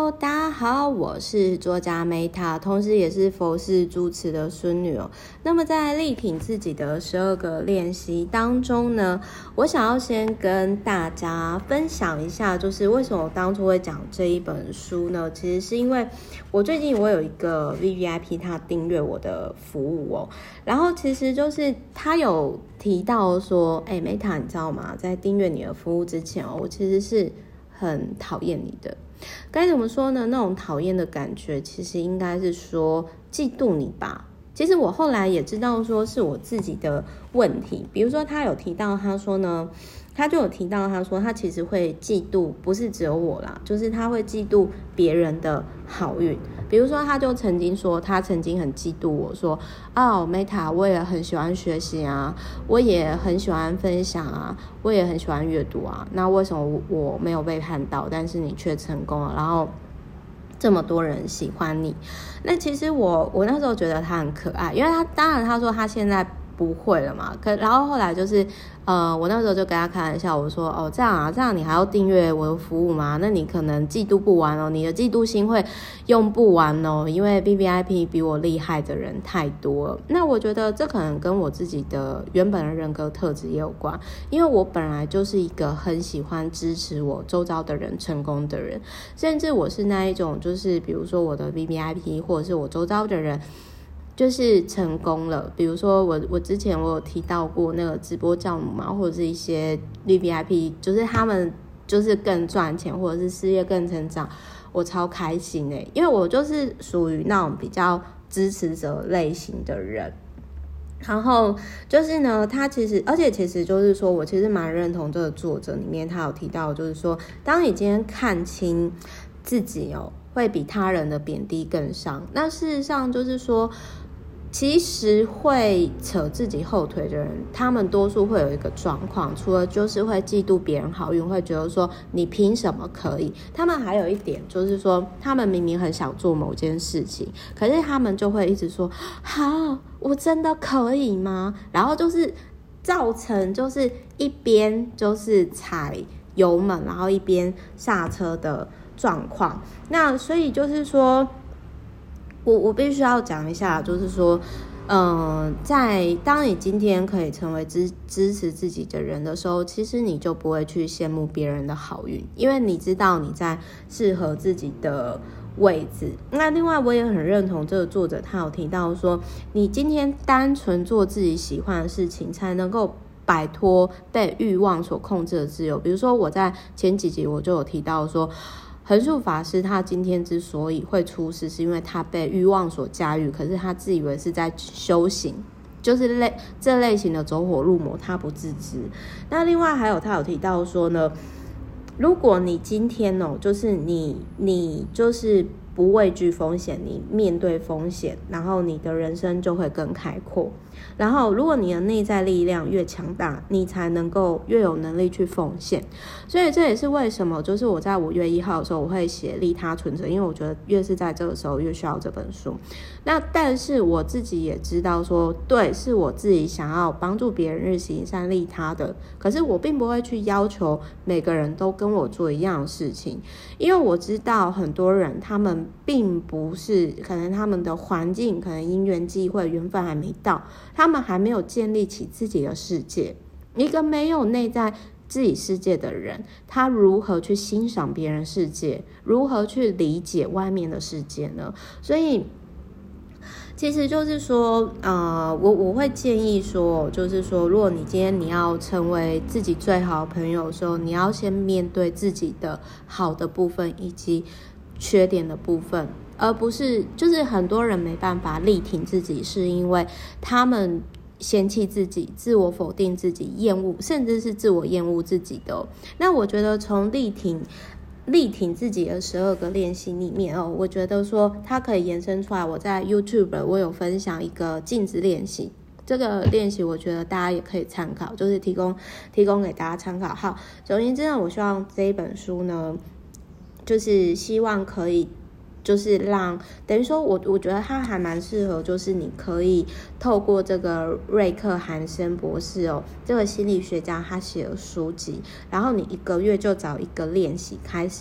Hello， 大家好，我是作家 Meta， 同时也是佛系主持的孙女哦。那么在力挺自己的12个练习当中呢，我想要先跟大家分享一下，就是为什么我当初会讲这一本书呢？其实是因为我最近有一个 VVIP， 他订阅我的服务哦，然后其实就是他有提到说，Meta， 你知道吗？在订阅你的服务之前哦，我其实是很讨厌你的。该怎么说呢？那种讨厌的感觉其实应该是说嫉妒你吧。其实我后来也知道说是我自己的问题，比如说他有提到他说呢，他就有提到他说他其实会嫉妒，不是只有我啦，就是他会嫉妒别人的好运。比如说他就曾经说他曾经很嫉妒我说Meta， 我也很喜欢学习啊，我也很喜欢分享啊，我也很喜欢阅读啊，那为什么我没有被看到，但是你却成功了，然后这么多人喜欢你？那其实我那时候觉得他很可爱，因为他当然他说他现在不会了嘛，然后后来就是我那时候就跟他开玩笑，我说这样你还要订阅我的服务吗？那你可能嫉妒不完哦，你的嫉妒心会用不完哦，因为 VVIP 比我厉害的人太多了。那我觉得这可能跟我自己的原本的人格特质也有关，因为我本来就是一个很喜欢支持我周遭的人成功的人，甚至我是那一种就是比如说我的 VVIP 或者是我周遭的人就是成功了，比如说我之前我有提到过那个直播教母嘛，或者是一些 VVIP， 就是他们就是更赚钱或者是事业更成长，我超开心欸，因为我就是属于那种比较支持者类型的人。然后就是呢，他其实就是说我其实蛮认同这个作者里面他有提到，就是说当你今天看清自己会比他人的贬低更伤。那事实上就是说其实会扯自己后腿的人，他们多数会有一个状况，除了就是会嫉妒别人好运，会觉得说你凭什么可以，他们还有一点就是说他们明明很想做某件事情，可是他们就会一直说好，我真的可以吗？然后就是造成就是一边就是踩油门，然后一边刹车的状况。那所以就是说我必须要讲一下，就是说在当你今天可以成为支持自己的人的时候，其实你就不会去羡慕别人的好运，因为你知道你在适合自己的位置。那另外我也很认同这个作者他有提到说，你今天单纯做自己喜欢的事情，才能够摆脱被欲望所控制的自由。比如说我在前几集我就有提到说，横竖法师他今天之所以会出事，是因为他被欲望所驾驭，可是他自以为是在修行，就是这类型的走火入魔，他不自知。那另外还有他有提到说呢，如果你今天就是你就是不畏惧风险，你面对风险，然后你的人生就会更开阔。然后如果你的内在力量越强大，你才能够越有能力去奉献。所以这也是为什么就是我在5月1号的时候我会写利他存折，因为我觉得越是在这个时候越需要这本书。那但是我自己也知道说，对，是我自己想要帮助别人日行善利他的，可是我并不会去要求每个人都跟我做一样的事情，因为我知道很多人他们并不是，可能他们的环境可能因缘际会缘分还没到，他们还没有建立起自己的世界。一个没有内在自己世界的人，他如何去欣赏别人世界，如何去理解外面的世界呢？所以其实就是说我会建议说，就是说如果你今天你要成为自己最好的朋友的时候，你要先面对自己的好的部分以及缺点的部分，而不是就是很多人没办法力挺自己，是因为他们嫌弃自己，自我否定自己，厌恶，甚至是自我厌恶自己的那我觉得从力挺自己的12个练习里面我觉得说它可以延伸出来。我在 YouTube 我有分享一个镜子练习，这个练习我觉得大家也可以参考，就是提供给大家参考。好，总而言之呢，我希望这一本书呢，就是希望可以就是让等于说我觉得它还蛮适合，就是你可以透过这个瑞克韩森博士这个心理学家他写的书籍，然后你1个月就找一个练习开始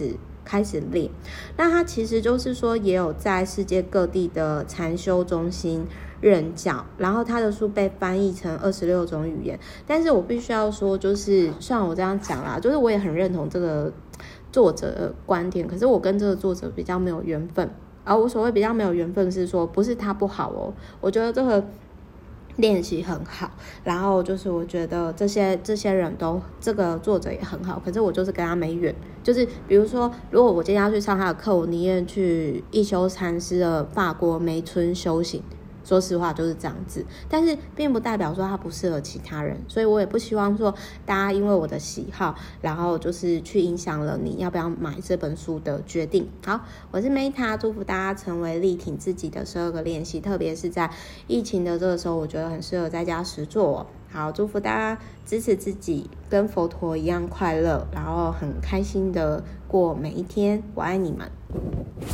开始练。那他其实就是说也有在世界各地的禅修中心任教，然后他的书被翻译成26种语言。但是我必须要说，就是虽然我这样讲啦，就是我也很认同这个作者的观点，可是我跟这个作者比较没有缘分。而我所谓比较没有缘分是说，不是他不好哦，我觉得这个练习很好，然后就是我觉得这些人都，这个作者也很好，可是我就是跟他没缘。就是比如说，如果我今天要去上他的课，我宁愿去一休禅师的法国梅村修行，说实话就是这样子，但是并不代表说它不适合其他人，所以我也不希望说大家因为我的喜好，然后就是去影响了你要不要买这本书的决定。好，我是 Meta， 祝福大家成为力挺自己的12个练习，特别是在疫情的这个时候，我觉得很适合在家实做哦。好，祝福大家支持自己，跟佛陀一样快乐，然后很开心的过每一天。我爱你们。